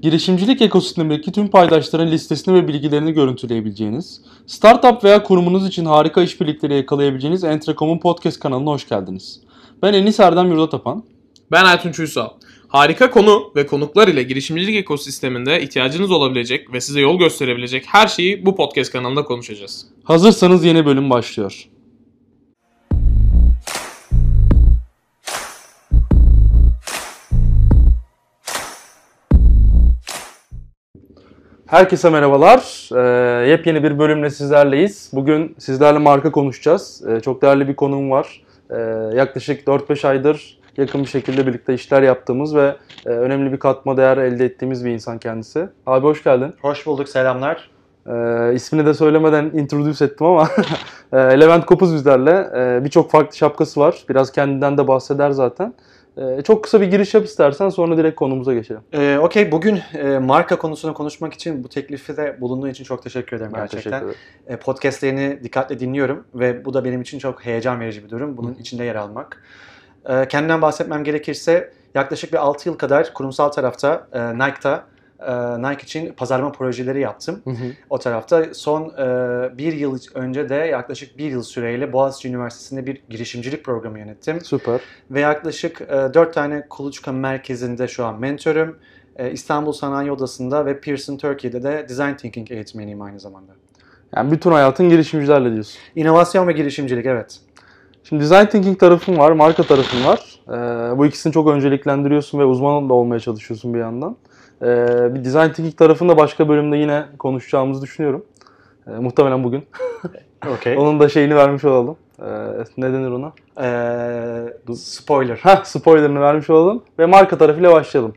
Girişimcilik ekosistemindeki tüm paydaşların listesini ve bilgilerini görüntüleyebileceğiniz, startup veya kurumunuz için harika işbirlikleri yakalayabileceğiniz Entrecom'un podcast kanalına hoş geldiniz. Ben Enis Erdem Yurdatapan. Ben Aytunç Uysal. Harika konu ve konuklar ile girişimcilik ekosisteminde ihtiyacınız olabilecek ve size yol gösterebilecek her şeyi bu podcast kanalında konuşacağız. Hazırsanız yeni bölüm başlıyor. Herkese merhabalar. Yepyeni bir bölümle sizlerleyiz. Bugün sizlerle marka konuşacağız. Çok değerli bir konuğum var. Yaklaşık 4-5 aydır yakın bir şekilde birlikte işler yaptığımız ve önemli bir katma değer elde ettiğimiz bir insan kendisi. Abi hoş geldin. Hoş bulduk, selamlar. İsmini de söylemeden introduce ettim ama Levent Kopuz bizlerle. Birçok farklı şapkası var. Biraz kendinden de bahseder zaten. Çok kısa bir giriş yap istersen sonra direkt konumuza geçelim. Okey, bugün marka konusunu konuşmak için bu teklifi de bulunduğu için çok teşekkür ederim gerçekten. Teşekkür ederim. Podcastlerini dikkatle dinliyorum ve bu da benim için çok heyecan verici bir durum. Bunun içinde yer almak. Kendimden bahsetmem gerekirse yaklaşık bir 6 yıl kadar kurumsal tarafta Nike için pazarlama projeleri yaptım. O tarafta son bir yıl önce de yaklaşık bir yıl süreyle Boğaziçi Üniversitesi'nde bir girişimcilik programı yönettim. Süper. Ve yaklaşık 4 tane kuluçka merkezinde şu an mentörüm. İstanbul Sanayi Odası'nda ve Pearson Türkiye'de de Design Thinking eğitmeniyim aynı zamanda. Yani bütün hayatın girişimcilerle diyorsun. İnovasyon ve girişimcilik, evet. Şimdi design thinking tarafın var, marka tarafın var. Bu ikisini çok önceliklendiriyorsun ve uzman da olmaya çalışıyorsun bir yandan. Bir design thinking tarafında başka bölümde yine konuşacağımızı düşünüyorum. Muhtemelen bugün. Okay. Onun da şeyini vermiş olalım. Ne denir ona? Spoiler. Spoilerını vermiş olalım ve marka tarafıyla başlayalım.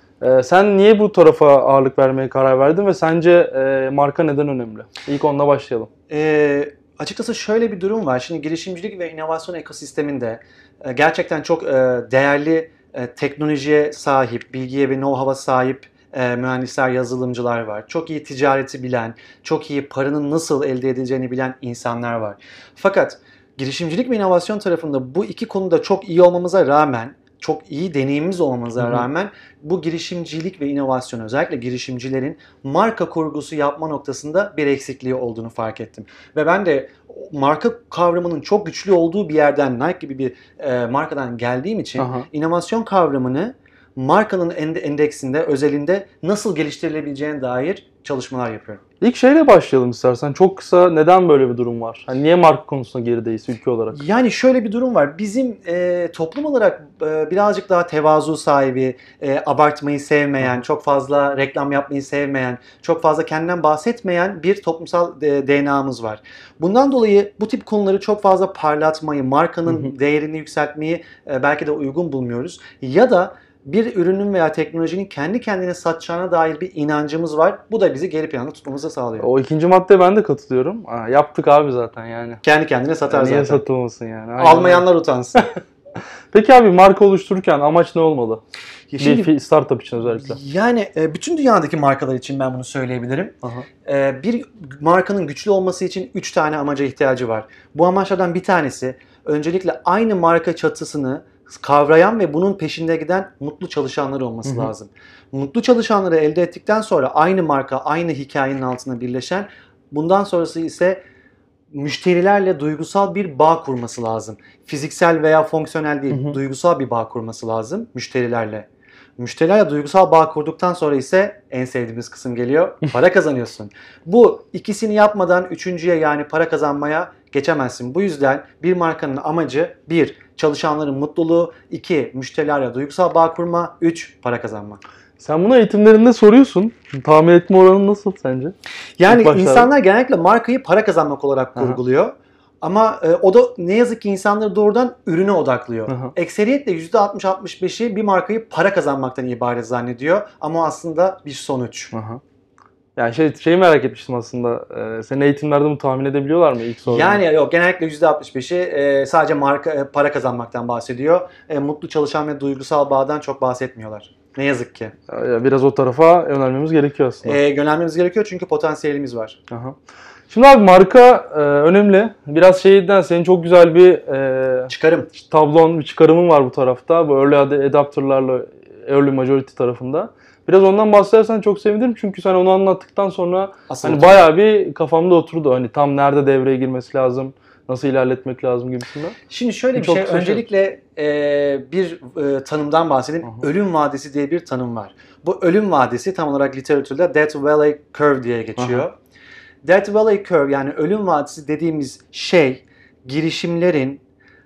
Sen niye bu tarafa ağırlık vermeye karar verdin ve sence marka neden önemli? İlk onunla başlayalım. Açıkçası şöyle bir durum var. Şimdi girişimcilik ve inovasyon ekosisteminde gerçekten çok değerli teknolojiye sahip, bilgiye ve know-how'a sahip mühendisler, yazılımcılar var. Çok iyi ticareti bilen, çok iyi paranın nasıl elde edileceğini bilen insanlar var. Fakat girişimcilik ve inovasyon tarafında bu iki konuda çok iyi olmamıza rağmen, çok iyi deneyimimiz olmamıza rağmen bu girişimcilik ve inovasyon, özellikle girişimcilerin marka kurgusu yapma noktasında bir eksikliği olduğunu fark ettim. Ve ben de marka kavramının çok güçlü olduğu bir yerden, Nike gibi bir markadan geldiğim için inovasyon kavramını markanın endeksinde, özelinde nasıl geliştirilebileceğine dair çalışmalar yapıyorum. İlk şeyle başlayalım istersen. Çok kısa neden böyle bir durum var? Hani niye marka konusunda gerideyiz ülke olarak? Yani şöyle bir durum var. Bizim toplum olarak birazcık daha tevazu sahibi, abartmayı sevmeyen, çok fazla reklam yapmayı sevmeyen, çok fazla kendinden bahsetmeyen bir toplumsal DNA'mız var. Bundan dolayı bu tip konuları çok fazla parlatmayı, markanın değerini yükseltmeyi belki de uygun bulmuyoruz. Ya da bir ürünün veya teknolojinin kendi kendine satacağına dair bir inancımız var. Bu da bizi geri planda tutmamızı sağlıyor. O ikinci maddeye ben de katılıyorum. Yaptık abi zaten yani. Kendi kendine satar zaten. Niye satılmasın yani? Aynen. Almayanlar utansın. Peki abi marka oluştururken amaç ne olmalı? Bir startup için özellikle. Yani bütün dünyadaki markalar için ben bunu söyleyebilirim. Bir markanın güçlü olması için 3 tane amaca ihtiyacı var. Bu amaçlardan bir tanesi öncelikle aynı marka çatısını kavrayan ve bunun peşinde giden mutlu çalışanlar olması lazım. Mutlu çalışanları elde ettikten sonra aynı marka, aynı hikayenin altında birleşen, bundan sonrası ise müşterilerle duygusal bir bağ kurması lazım. Fiziksel veya fonksiyonel değil, duygusal bir bağ kurması lazım müşterilerle. Müşterilerle duygusal bağ kurduktan sonra ise en sevdiğimiz kısım geliyor. Para kazanıyorsun. Bu ikisini yapmadan üçüncüye, yani para kazanmaya geçemezsin. Bu yüzden bir markanın amacı 1. Çalışanların mutluluğu, 2. Müşterilerle duygusal bağ kurma, 3. Para kazanma. Sen bunu eğitimlerinde soruyorsun. Tahmin etme oranı nasıl sence? Yani insanlar genellikle markayı para kazanmak olarak kurguluyor. Ama o da ne yazık ki insanları doğrudan ürüne odaklıyor. Ekseriyetle %60-65'i bir markayı para kazanmaktan ibaret zannediyor. Ama aslında bir sonuç. Yani şeyi merak etmiştim aslında. Senin eğitimlerde bunu tahmin edebiliyorlar mı ilk soruda? Yani yok, genellikle %65'i sadece marka para kazanmaktan bahsediyor. Mutlu çalışan ve duygusal bağdan çok bahsetmiyorlar. Ne yazık ki. Biraz o tarafa yönelmemiz gerekiyor aslında. Yönelmemiz gerekiyor çünkü potansiyelimiz var. Şimdi abi marka önemli. Biraz senin çok güzel bir çıkarım. Tablon, bir çıkarımın var bu tarafta. Bu early adapter'larla early majority tarafında. Biraz ondan bahsedersen çok sevinirim çünkü sen onu anlattıktan sonra Asıl hani oturdu. bayağı bir kafamda oturdu. Hani tam nerede devreye girmesi lazım, nasıl ilerletmek lazım gibisinden. Şimdi şöyle bir Çok şey, kısa öncelikle bir tanımdan bahsedeyim. Hı hı. Ölüm vadisi diye bir tanım var. Bu ölüm vadisi tam olarak literatürde Death Valley Curve diye geçiyor. Death Valley Curve yani ölüm vadisi dediğimiz şey girişimlerin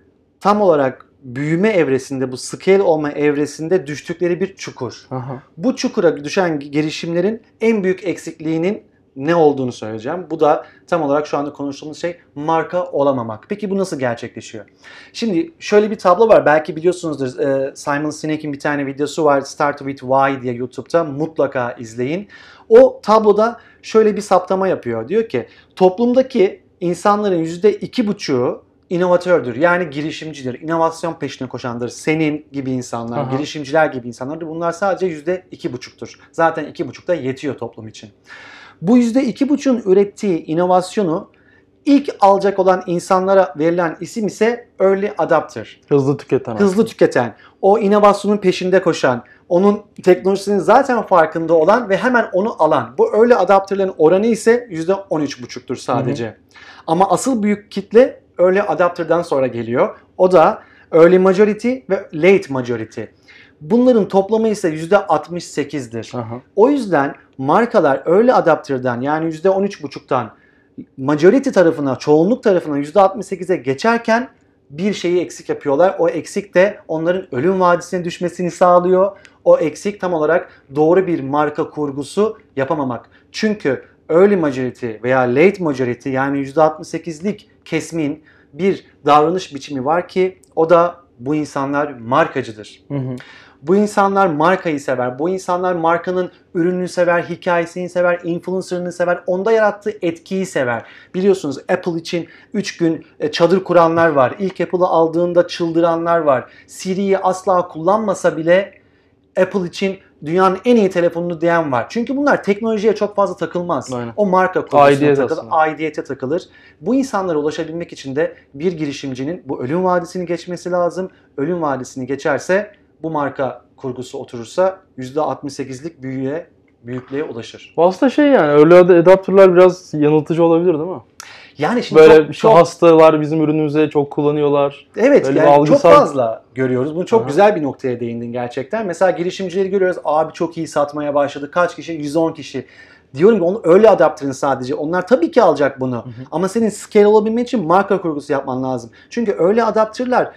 tam olarak büyüme evresinde, bu scale olma evresinde düştükleri bir çukur. Aha. Bu çukura düşen girişimlerin en büyük eksikliğinin ne olduğunu söyleyeceğim. Bu da tam olarak şu anda konuştuğumuz şey marka olamamak. Peki bu nasıl gerçekleşiyor? Şimdi şöyle bir tablo var. Belki biliyorsunuzdur. Simon Sinek'in bir tane videosu var. Start with Why diye YouTube'da. Mutlaka izleyin. O tabloda şöyle bir saptama yapıyor. Diyor ki toplumdaki insanların %2,5'u inovatördür. Yani girişimcidir. İnovasyon peşine koşandır. Senin gibi insanlar, Aha. girişimciler gibi insanlardır. Bunlar sadece %2,5'tur. Zaten 2,5 da yetiyor toplum için. Bu %2,5'un ürettiği inovasyonu ilk alacak olan insanlara verilen isim ise early adopter. Hızlı tüketen. Hızlı tüketen, o inovasyonun peşinde koşan, onun teknolojisinin zaten farkında olan ve hemen onu alan. Bu early adopterların oranı ise %13,5'tur sadece. Ama asıl büyük kitle early adopter'dan sonra geliyor. O da early majority ve late majority. Bunların toplamı ise %68'dir. Aha. O yüzden markalar early adopter'dan yani %13,5'tan majority tarafına, çoğunluk tarafına %68'e geçerken bir şeyi eksik yapıyorlar. O eksik de onların ölüm vadisine düşmesini sağlıyor. O eksik tam olarak doğru bir marka kurgusu yapamamak. Çünkü early majority veya late majority yani %68'lik kesmin bir davranış biçimi var ki o da bu insanlar markacıdır. Hı hı. Bu insanlar markayı sever. Bu insanlar markanın ürününü sever, hikayesini sever, influencer'ını sever, onda yarattığı etkiyi sever. Biliyorsunuz Apple için 3 gün çadır kuranlar var. İlk Apple'ı aldığında çıldıranlar var. Siri'yi asla kullanmasa bile Apple için dünyanın en iyi telefonunu diyen var. Çünkü bunlar teknolojiye çok fazla takılmaz. Aynen. O marka kurgusuna Aidiyet takılır, aslında. aidiyete takılır. Bu insanlara ulaşabilmek için de bir girişimcinin bu ölüm vadisini geçmesi lazım. Ölüm vadisini geçerse bu marka kurgusu oturursa %68'lik büyüklüğe ulaşır. Bu aslında şey yani early adopter'lar biraz yanıltıcı olabilir değil mi? Yani şimdi Böyle hastalar bizim ürünümüze çok kullanıyorlar. evet Böyle yani bir çok algısal- fazla görüyoruz. Bunu çok Aha. güzel bir noktaya değindin gerçekten. Mesela girişimcileri görüyoruz. Abi çok iyi satmaya başladı. Kaç kişi? 110 kişi. Diyorum ki onu öyle adaptörün sadece. Onlar tabii ki alacak bunu. Ama senin scale olabilmen için marka kurgusu yapman lazım. Çünkü öyle adaptörler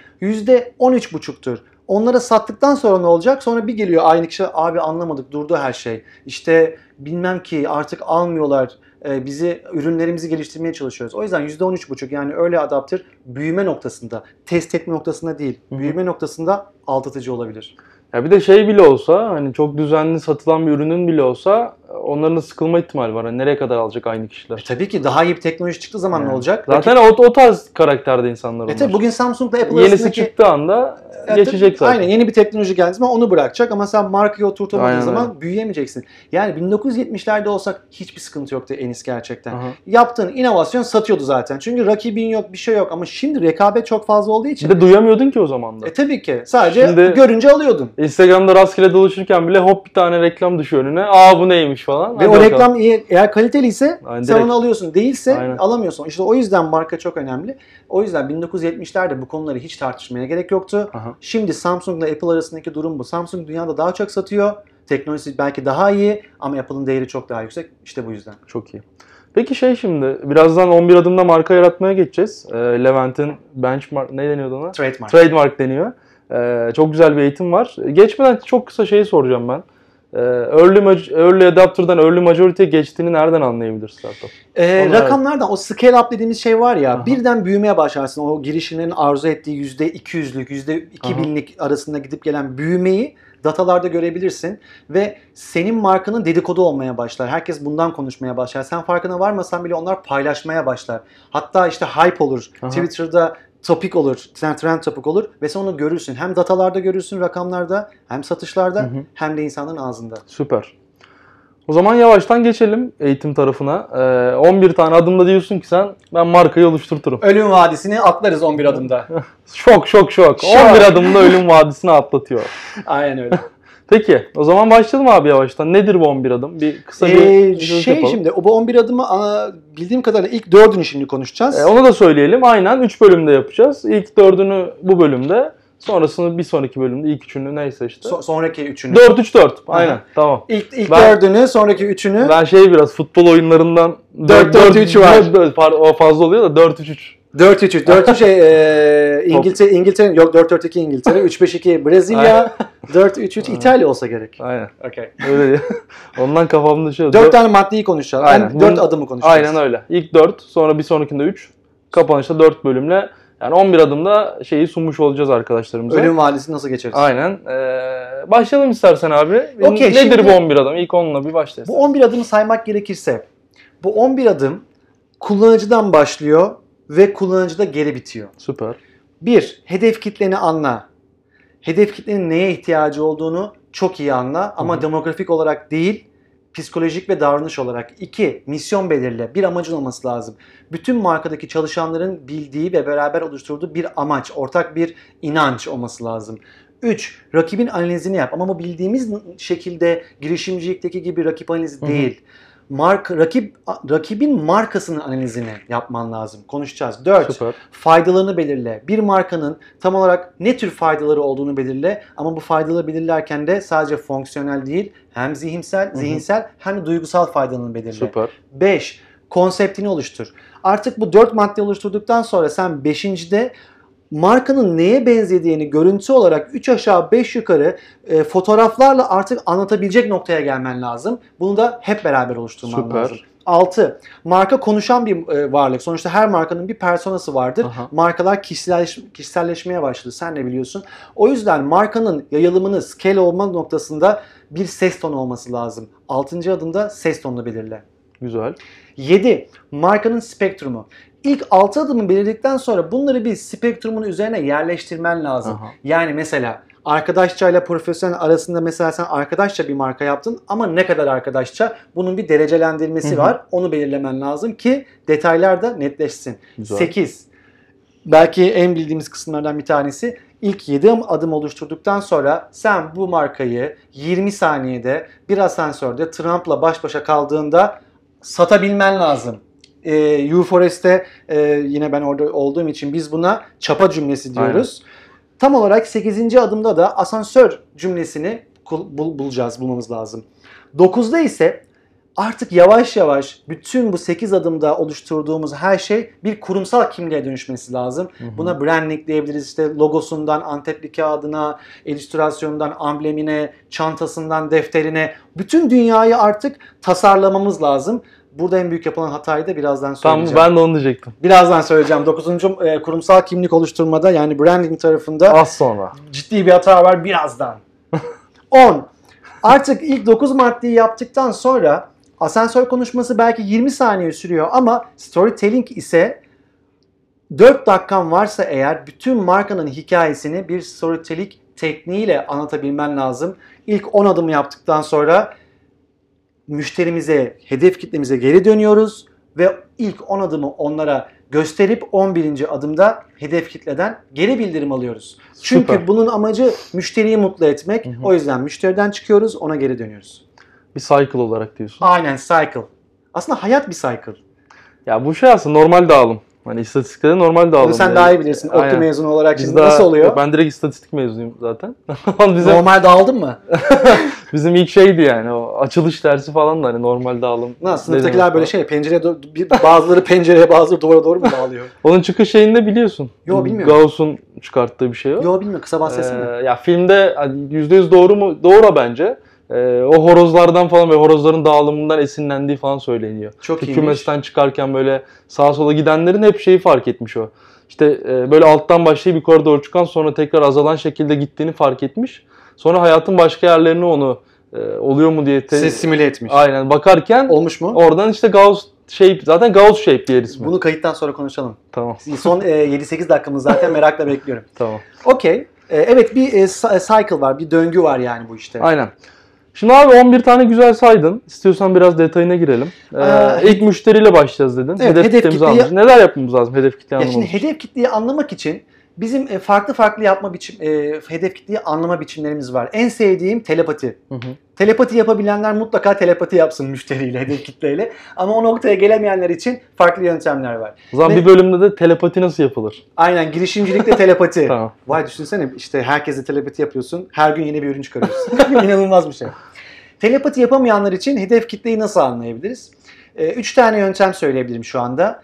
%13,5'tur. Onlara sattıktan sonra ne olacak? Sonra bir geliyor aynı kişi, abi anlamadık, durdu her şey. İşte bilmem ki artık almıyorlar. Ürünlerimizi geliştirmeye çalışıyoruz. O yüzden %13,5 yani öyle adaptör büyüme noktasında, test etme noktasında değil, büyüme noktasında aldatıcı olabilir. Ya bir de şey bile olsa hani çok düzenli satılan bir ürünün bile olsa onların da sıkılma ihtimali var. Hani nereye kadar alacak aynı kişiler? Tabii ki daha iyi bir teknoloji çıktığı zaman ne olacak? Zaten o tarz karakterde insanlar onlar. Tabii bugün Samsung'la Apple Yenisi arasındaki... çıktığı anda geçecek zaten. Aynen, yeni bir teknoloji geldiği zaman onu bırakacak ama sen markayı oturtamadığın Aynen zaman öyle. büyüyemeyeceksin. Yani 1970'lerde olsak hiçbir sıkıntı yoktu Enis gerçekten. Aha. Yaptığın inovasyon satıyordu zaten. Çünkü rakibin yok, bir şey yok ama şimdi rekabet çok fazla olduğu için. Bir de duyamıyordun ki o zaman da. Tabii ki. Sadece Şimdi- görünce alıyordun. Instagram'da rastgele dolaşırken bile hop bir tane reklam düşüyor önüne. Aa bu neymiş falan. Ve Hadi o bakalım. reklam eğer kaliteliyse Aynen, sen direkt. onu alıyorsun. Değilse Aynen. alamıyorsun. İşte o yüzden marka çok önemli. O yüzden 1970'lerde bu konuları hiç tartışmaya gerek yoktu. Aha. Şimdi Samsung'la Apple arasındaki durum bu. Samsung dünyada daha çok satıyor. Teknolojisi belki daha iyi ama Apple'ın değeri çok daha yüksek. İşte bu yüzden. Çok iyi. Peki şimdi birazdan 11 adımda marka yaratmaya geçeceğiz. Levent'in benchmark ne deniyordu ona? Trademark. Trademark deniyor. Çok güzel bir eğitim var. Geçmeden çok kısa şeyi soracağım ben. Early adopter'dan early majority'ye geçtiğini nereden anlayabilir startup? Rakamlardan o scale up dediğimiz şey var ya, Aha. birden büyümeye başlarsın. O girişimlerin arzu ettiği %200'lük, %2000'lik arasında gidip gelen büyümeyi datalarda görebilirsin ve senin markanın dedikodu olmaya başlar. Herkes bundan konuşmaya başlar. Sen farkına varmasan bile onlar paylaşmaya başlar. Hatta işte hype olur. Aha. Twitter'da topik olur, trend topik olur ve sen onu görürsün. Hem datalarda görürsün, rakamlarda, hem satışlarda, hem de insanların ağzında. Süper. O zaman yavaştan geçelim eğitim tarafına. 11 tane adımda diyorsun ki sen ben markayı oluşturturum. Ölüm vadisini atlarız 11 adımda. Şok. 11 adımda ölüm vadisini atlatıyor. Aynen öyle. Peki o zaman başlayalım abi yavaştan. Nedir bu 11 adım? Bir kısa bir yapalım. Şimdi bu 11 adımı bildiğim kadarıyla ilk 4'ünü şimdi konuşacağız. Onu da söyleyelim. Aynen 3 bölümde yapacağız. İlk 4'ünü bu bölümde. Sonrasını bir sonraki bölümde ilk 3'ünü neyse işte. Sonraki 3'ünü. 4-3-4. Aynen. Tamam. İlk 4'ünü, sonraki 3'ünü. Ben biraz futbol oyunlarından 4-4-3 var. O fazla oluyor da 4-3-3. 4-3-3. 4-3 İngiltere yok 4-4-2 İngiltere, 3-5-2 Brezilya, 4-3-3 İtalya olsa gerek. Aynen. Okay. Öyle değil. Ondan kafamda şey oldu. 4 tane maddeyi konuşacağız. Aynen. 4 adımı konuşacağız. Aynen öyle. İlk 4, sonra bir sonrakinde 3. Kapanışta 4 bölümle yani 11 adımda şeyi sunmuş olacağız arkadaşlarımıza. Ölüm vadisi nasıl geçeriz? Aynen. Başlayalım istersen abi. Okay, nedir şimdi, bu 11 adım? İlk onunla bir başlayalım. Bu 11 adımı saymak gerekirse bu 11 adım kullanıcıdan başlıyor ve kullanıcıda geri bitiyor. Süper. 1. Hedef kitleni anla. Hedef kitlenin neye ihtiyacı olduğunu çok iyi anla ama demografik olarak değil, psikolojik ve davranış olarak. 2. Misyon belirle. Bir amacın olması lazım. Bütün markadaki çalışanların bildiği ve beraber oluşturduğu bir amaç, ortak bir inanç olması lazım. 3. Rakibin analizini yap. Ama bu bildiğimiz şekilde girişimcilikteki gibi rakip analizi değil. Rakibin markasının analizini yapman lazım. Konuşacağız. 4. Süper. Faydalarını belirle. Bir markanın tam olarak ne tür faydaları olduğunu belirle. Ama bu faydaları belirlerken de sadece fonksiyonel değil, hem zihinsel hem de duygusal faydalarını belirle. Süper. 5. Konseptini oluştur. Artık bu 4 madde oluşturduktan sonra sen 5.'de markanın neye benzediğini görüntü olarak 3 aşağı 5 yukarı fotoğraflarla artık anlatabilecek noktaya gelmen lazım. Bunu da hep beraber oluşturman Süper. lazım. 6. Marka konuşan bir varlık. Sonuçta her markanın bir personası vardır. Aha. Markalar kişiselleşmeye başladı. Sen de biliyorsun. O yüzden markanın yayılımını scale olma noktasında bir ses tonu olması lazım. 6. adımda ses tonunu belirle. Güzel. 7. Markanın spektrumu. İlk 6 adımı belirledikten sonra bunları bir spektrumun üzerine yerleştirmen lazım. Aha. Yani mesela arkadaşça ile profesyonel arasında mesela sen arkadaşça bir marka yaptın ama ne kadar arkadaşça? Bunun bir derecelendirmesi var. Onu belirlemen lazım ki detaylar da netleşsin. Güzel. 8. Belki en bildiğimiz kısımlardan bir tanesi. İlk 7 adım oluşturduktan sonra sen bu markayı 20 saniyede bir asansörde Trump'la baş başa kaldığında satabilmen lazım. Euforest'te yine ben orada olduğum için biz buna çapa cümlesi diyoruz. Aynen. Tam olarak 8. adımda da asansör cümlesini bulmamız lazım. 9'da ise artık yavaş yavaş bütün bu 8 adımda oluşturduğumuz her şey bir kurumsal kimliğe dönüşmesi lazım. Buna branding diyebiliriz. İşte logosundan Antepli kağıdına, illüstrasyonundan amblemine, çantasından defterine bütün dünyayı artık tasarlamamız lazım. Burada en büyük yapılan hatayı da birazdan söyleyeceğim. Tamam, ben de onu diyecektim. Birazdan söyleyeceğim. 9. kurumsal kimlik oluşturmada yani branding tarafında az sonra ciddi bir hata var birazdan. 10. Artık ilk 9 maddeyi yaptıktan sonra asansör konuşması belki 20 saniye sürüyor ama storytelling ise 4 dakikan varsa eğer bütün markanın hikayesini bir storytelling tekniğiyle anlatabilmen lazım. İlk 10 adımı yaptıktan sonra müşterimize, hedef kitlemize geri dönüyoruz ve ilk 10 adımı onlara gösterip 11. adımda hedef kitleden geri bildirim alıyoruz. Çünkü Süper. Bunun amacı müşteriyi mutlu etmek. O yüzden müşteriden çıkıyoruz, ona geri dönüyoruz. Bir cycle olarak diyorsun. Aynen, cycle. Aslında hayat bir cycle. Ya bu şey aslında normal dağılım. Hani istatistiklerde normal dağılım. Bunu sen yani. daha iyi bilirsin. ODTÜ mezunu olarak Biz şimdi nasıl oluyor? Ben direkt istatistik mezunuyum zaten. Normal dağıldın mı? Bizim ilk şeydi yani o açılış dersi falan da hani normal dağılım. Nasıl? Sınıftakiler böyle şey bazıları pencereye bazıları duvara doğru mu dağılıyor? Onun çıkış şeyini de biliyorsun. Yo, bilmiyorum. Gauss'un çıkarttığı bir şey o. Yo, bilmiyorum. Kısa bahsetsene. Ya filmde %100 doğru mu? Doğru bence. O horozlardan falan ve horozların dağılımından esinlendiği falan söyleniyor. Çok iyiymiş. Kümesten çıkarken böyle sağa sola gidenlerin hep şeyi fark etmiş o. İşte böyle alttan başlayıp yukarı doğru çıkan sonra tekrar azalan şekilde gittiğini fark etmiş. Sonra hayatın başka yerlerine onu oluyor mu diye simüle etmiş. Aynen bakarken olmuş mu? Oradan işte Gauss shape, zaten Gauss shape diğer ismi. Bunu kayıttan sonra konuşalım. Tamam. Son 7-8 dakikamız zaten merakla bekliyorum. Tamam. Okey. Evet, bir cycle var, bir döngü var yani bu işte. Aynen. Şimdi abi 11 tane güzel saydın. İstiyorsan biraz detayına girelim. İlk müşteriyle başlayacağız dedin. Evet, hedef kitlemizi anlayacağız. Neler yapmamız lazım hedef kitleyi anlamak için? Şimdi hedef kitleyi anlamak için Bizim farklı yapma hedef kitleyi anlama biçimlerimiz var. En sevdiğim telepati. Telepati yapabilenler mutlaka telepati yapsın müşteriyle, hedef kitleyle. Ama o noktaya gelemeyenler için farklı yöntemler var. O zaman bir bölümde de telepati nasıl yapılır? Aynen, girişimcilikte telepati. Tamam. Vay, düşünsene işte herkese telepati yapıyorsun. Her gün yeni bir ürün çıkarıyorsun. İnanılmaz bir şey. Telepati yapamayanlar için hedef kitleyi nasıl anlayabiliriz? 3 tane yöntem söyleyebilirim şu anda.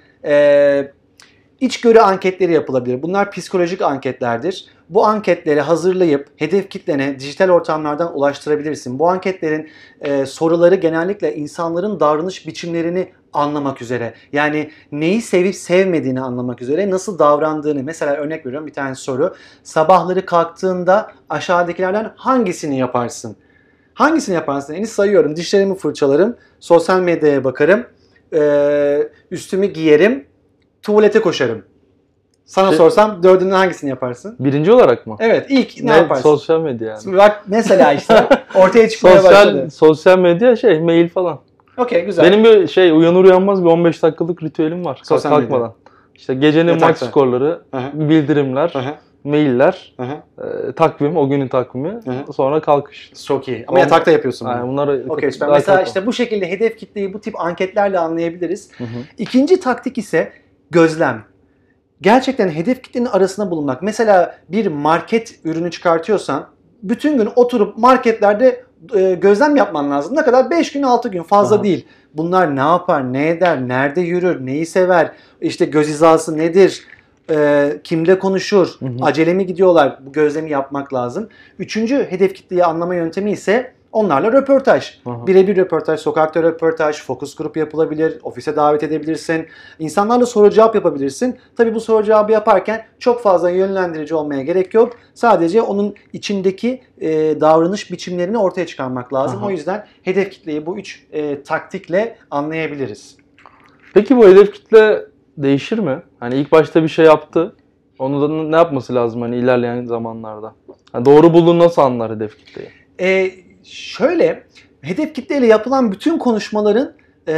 İçgörü anketleri yapılabilir. Bunlar psikolojik anketlerdir. Bu anketleri hazırlayıp hedef kitlene dijital ortamlardan ulaştırabilirsin. Bu anketlerin soruları genellikle insanların davranış biçimlerini anlamak üzere. Yani neyi sevip sevmediğini anlamak üzere, nasıl davrandığını. Mesela örnek veriyorum, bir tane soru. Sabahları kalktığında aşağıdakilerden hangisini yaparsın? Hangisini yaparsın? Yani sayıyorum. Dişlerimi fırçalarım, sosyal medyaya bakarım, üstümü giyerim, tuvalete koşarım. Sana sorsam dördünden hangisini yaparsın? Birinci olarak mı? Evet, ilk ne yaparsın? Sosyal medya yani. Bak mesela işte ortaya çıkmaya başladı. Sosyal medya mail falan. Okey, güzel. Benim bir uyanır uyanmaz bir 15 dakikalık ritüelim var. Sosyal kalkmadan. İşte gecenin Yatakta. maç skorları, bildirimler, mailler, takvim, o günün takvimi, sonra kalkış. Çok iyi. Ama yatakta yapıyorsun bunu. Yani bunları Okey, süper. Mesela işte bu şekilde hedef kitleyi bu tip anketlerle anlayabiliriz. İkinci taktik ise gözlem. Gerçekten hedef kitlenin arasında bulunmak. Mesela bir market ürünü çıkartıyorsan bütün gün oturup marketlerde gözlem yapman lazım. Ne kadar? 5 gün 6 gün, fazla değil. Bunlar ne yapar, ne eder, nerede yürür, neyi sever, işte göz hizası nedir, kimle konuşur, acele mi gidiyorlar, bu gözlemi yapmak lazım. Üçüncü hedef kitleyi anlama yöntemi ise onlarla röportaj. Birebir röportaj, sokakta röportaj, fokus grup yapılabilir, ofise davet edebilirsin. İnsanlarla soru cevap yapabilirsin. Tabii bu soru cevabı yaparken çok fazla yönlendirici olmaya gerek yok. Sadece onun içindeki davranış biçimlerini ortaya çıkarmak lazım. O yüzden hedef kitleyi bu 3 taktikle anlayabiliriz. Peki bu hedef kitle değişir mi? Hani ilk başta bir şey yaptı. Onu da ne yapması lazım hani ilerleyen zamanlarda? Yani doğru bulduğunu nasıl anlar hedef kitleyi? Şöyle, hedef kitleyle yapılan bütün konuşmaların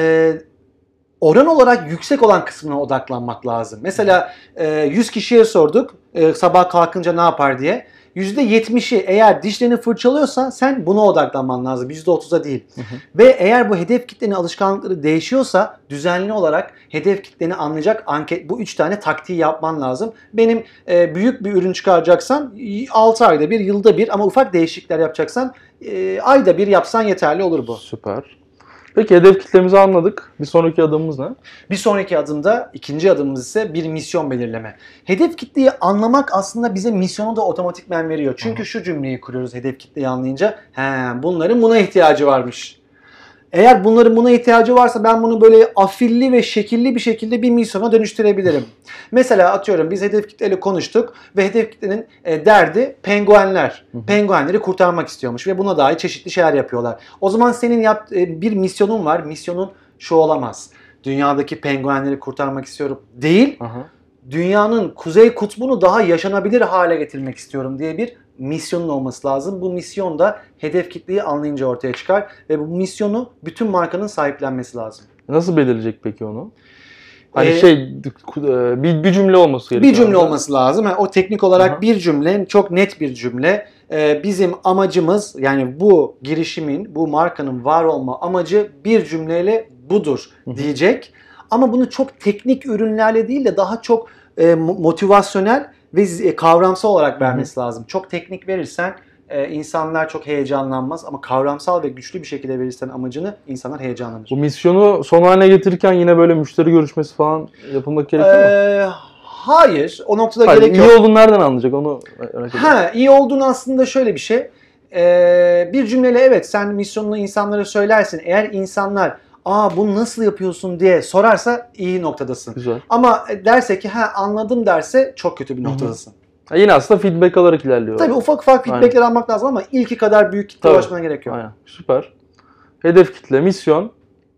oran olarak yüksek olan kısmına odaklanmak lazım. Mesela 100 kişiye sorduk sabah kalkınca ne yapar diye. %70'i eğer dişlerini fırçalıyorsa sen buna odaklanman lazım. %30'a değil. Ve eğer bu hedef kitlenin alışkanlıkları değişiyorsa düzenli olarak hedef kitleni anlayacak bu 3 tane taktiği yapman lazım. Benim büyük bir ürün çıkaracaksan 6 ayda bir, yılda bir, ama ufak değişiklikler yapacaksan ayda bir yapsan yeterli olur bu. Süper. Peki hedef kitlemizi anladık. Bir sonraki adımımız ne? Bir sonraki adımda, ikinci adımımız ise bir misyon belirleme. Hedef kitleyi anlamak aslında bize misyonu da otomatikmen veriyor. Çünkü şu cümleyi kuruyoruz hedef kitleyi anlayınca. Bunların buna ihtiyacı varmış. Eğer bunların buna ihtiyacı varsa ben bunu böyle afilli ve şekilli bir şekilde bir misyona dönüştürebilirim. Mesela atıyorum biz hedef kitleyle konuştuk ve hedef kitlenin derdi penguenler. Penguenleri kurtarmak istiyormuş ve buna dair çeşitli şeyler yapıyorlar. O zaman senin bir misyonun var. Misyonun şu olamaz: dünyadaki penguenleri kurtarmak istiyorum değil. Dünyanın kuzey kutbunu daha yaşanabilir hale getirmek istiyorum diye bir misyonun olması lazım. Bu misyon da hedef kitleyi anlayınca ortaya çıkar ve bu misyonu bütün markanın sahiplenmesi lazım. Nasıl belirleyecek peki onu? Hani bir cümle olması gerekiyor. Bir cümle olması lazım. Yani o teknik olarak bir cümle, çok net bir cümle. Bizim amacımız, yani bu girişimin, bu markanın var olma amacı bir cümleyle budur diyecek. Ama bunu çok teknik ürünlerle değil de daha çok motivasyonel ve kavramsal olarak vermesi lazım. Çok teknik verirsen insanlar çok heyecanlanmaz, ama kavramsal ve güçlü bir şekilde verirsen amacını, insanlar heyecanlanır. Bu misyonu son haline getirirken yine böyle müşteri görüşmesi falan yapılmak gerekiyor mu? Hayır. O noktada gerek yok. İyi olduğunu nereden anlayacak onu merak ediyorum. İyi olduğunu aslında şöyle bir şey. Bir cümleyle evet sen misyonunu insanlara söylersin. Eğer insanlar bunu nasıl yapıyorsun diye sorarsa iyi noktadasın. Güzel. Ama derse ki anladım derse çok kötü bir noktadasın. Yine aslında feedback alarak ilerliyor. Tabii ufak feedbackler almak lazım ama ilki kadar büyük kitle ulaşmana gerek yok. Aynen. Süper. Hedef kitle, misyon.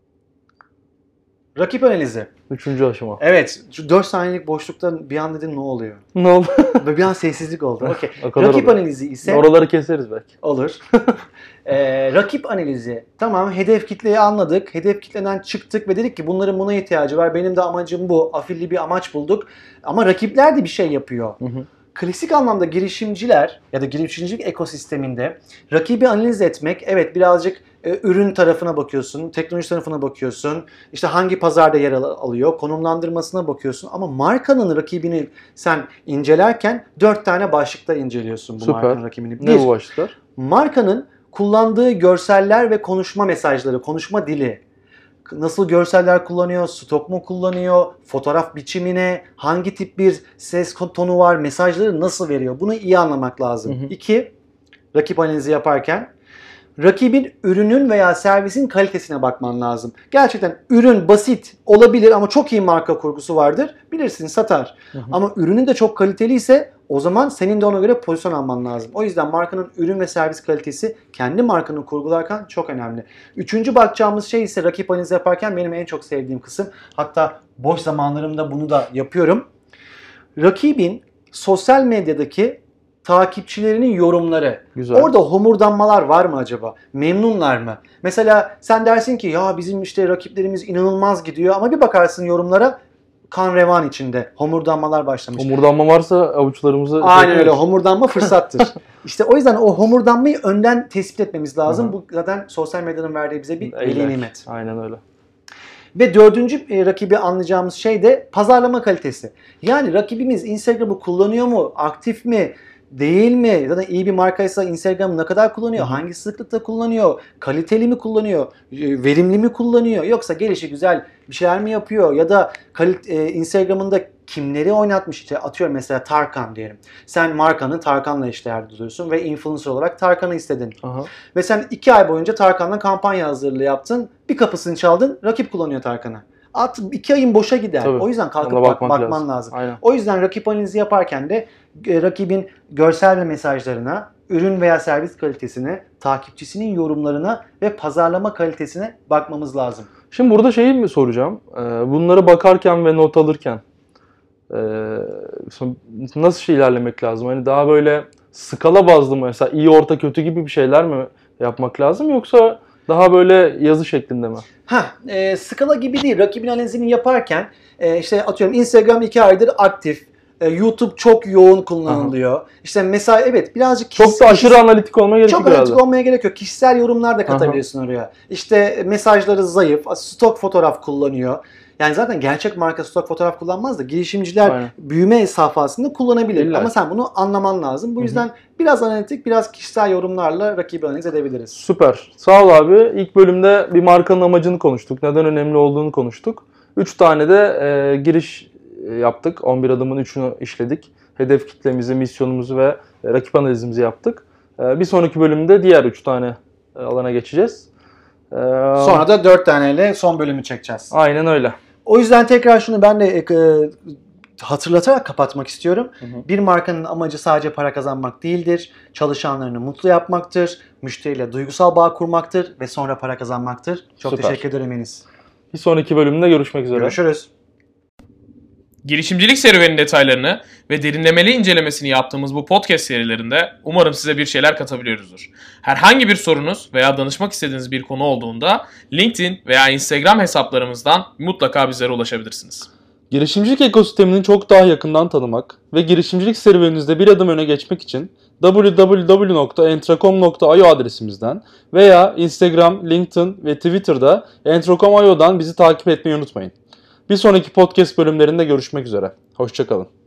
Rakip analizi. 3. aşama. Evet. Şu 4 saniyelik boşlukta bir an dedim ne oluyor? Ne oldu? Bir an sessizlik oldu. Okay. Rakip analizi ise... Oraları keseriz belki. Olur. Rakip analizi. Tamam, hedef kitleyi anladık. Hedef kitleden çıktık ve dedik ki bunların buna ihtiyacı var. Benim de amacım bu. Afilli bir amaç bulduk. Ama rakipler de bir şey yapıyor. Klasik anlamda girişimciler ya da girişimcilik ekosisteminde rakibi analiz etmek, evet birazcık ürün tarafına bakıyorsun, teknoloji tarafına bakıyorsun, işte hangi pazarda yer alıyor, konumlandırmasına bakıyorsun ama markanın rakibini sen incelerken 4 tane başlıkta inceliyorsun bu markanın rakibini. Ne bu başlıklar? Markanın kullandığı görseller ve konuşma mesajları, konuşma dili. Nasıl görseller kullanıyor, stok mu kullanıyor, fotoğraf biçimine, hangi tip bir ses tonu var, mesajları nasıl veriyor? Bunu iyi anlamak lazım. 2, rakip analizi yaparken rakibin ürünün veya servisin kalitesine bakman lazım. Gerçekten ürün basit olabilir ama çok iyi marka kurgusu vardır. Bilirsin satar. Ama ürünün de çok kaliteli ise o zaman senin de ona göre pozisyon alman lazım. O yüzden markanın ürün ve servis kalitesi kendi markanı kurgularken çok önemli. Üçüncü bakacağımız şey ise rakip analizi yaparken benim en çok sevdiğim kısım. Hatta boş zamanlarımda bunu da yapıyorum. Rakibin sosyal medyadaki takipçilerinin yorumları. Güzel. Orada homurdanmalar var mı acaba? Memnunlar mı? Mesela sen dersin ki ya bizim işte rakiplerimiz inanılmaz gidiyor ama bir bakarsın yorumlara kan revan içinde. Homurdanmalar başlamış. Homurdanma varsa avuçlarımızı... Aynen öyle. Homurdanma fırsattır. İşte o yüzden o homurdanmayı önden tespit etmemiz lazım. Bu zaten sosyal medyanın verdiği bize bir veli nimet. Aynen öyle. Ve dördüncü rakibi anlayacağımız şey de pazarlama kalitesi. Yani rakibimiz Instagram'ı kullanıyor mu? Aktif mi? Değil mi? Zaten iyi bir markaysa Instagram'ı ne kadar kullanıyor? Hangi sıklıkta kullanıyor? Kaliteli mi kullanıyor? Verimli mi kullanıyor? Yoksa gelişigüzel bir şeyler mi yapıyor? Ya da Instagram'ında kimleri oynatmış? İşte atıyorum mesela Tarkan diyelim. Sen markanı Tarkan'la eşdeğer tutuyorsun ve influencer olarak Tarkan'ı istedin. Ve sen 2 ay boyunca Tarkan'la kampanya hazırlığı yaptın. Bir kapısını çaldın, rakip kullanıyor Tarkan'ı. 2 ayın boşa gider. Tabii. O yüzden kalkıp bakman lazım. O yüzden rakip analizi yaparken de rakibin görsel ve mesajlarına, ürün veya servis kalitesine, takipçisinin yorumlarına ve pazarlama kalitesine bakmamız lazım. Şimdi burada şeyi mi soracağım? Bunları bakarken ve not alırken nasıl ilerlemek lazım? Hani daha böyle skala bazlı mı? Mesela iyi, orta, kötü gibi bir şeyler mi yapmak lazım? Yoksa daha böyle yazı şeklinde mi? Skala gibi değil. Rakibin analizini yaparken işte atıyorum Instagram 2 aydır aktif. YouTube çok yoğun kullanılıyor. İşte mesela evet birazcık çok da aşırı analitik olmaya gerek yok. Çok analitik olmaya gerek yok. Kişisel yorumlar da katabilirsin oraya. İşte mesajları zayıf, stok fotoğraf kullanıyor. Yani zaten gerçek marka stok fotoğraf kullanmaz da girişimciler büyüme safhasında kullanabilir. Ama sen bunu anlaman lazım. Bu yüzden biraz analitik, biraz kişisel yorumlarla rakibi analiz edebiliriz. Süper. Sağ ol abi. İlk bölümde bir markanın amacını konuştuk. Neden önemli olduğunu konuştuk. 3 tane de giriş yaptık. 11 adımın 3'ünü işledik. Hedef kitlemizi, misyonumuzu ve rakip analizimizi yaptık. Bir sonraki bölümde diğer 3 tane alana geçeceğiz. Sonra da 4 taneyle son bölümü çekeceğiz. Aynen öyle. O yüzden tekrar şunu ben de hatırlatarak kapatmak istiyorum. Bir markanın amacı sadece para kazanmak değildir. Çalışanlarını mutlu yapmaktır. Müşteriyle duygusal bağ kurmaktır ve sonra para kazanmaktır. Çok teşekkür ederim Enis. Bir sonraki bölümde görüşmek üzere. Görüşürüz. Girişimcilik serüveninin detaylarını ve derinlemeli incelemesini yaptığımız bu podcast serilerinde umarım size bir şeyler katabiliyoruzdur. Herhangi bir sorunuz veya danışmak istediğiniz bir konu olduğunda LinkedIn veya Instagram hesaplarımızdan mutlaka bizlere ulaşabilirsiniz. Girişimcilik ekosistemini çok daha yakından tanımak ve girişimcilik serüveninizde bir adım öne geçmek için www.entracom.io adresimizden veya Instagram, LinkedIn ve Twitter'da entracom.io'dan bizi takip etmeyi unutmayın. Bir sonraki podcast bölümlerinde görüşmek üzere. Hoşça kalın.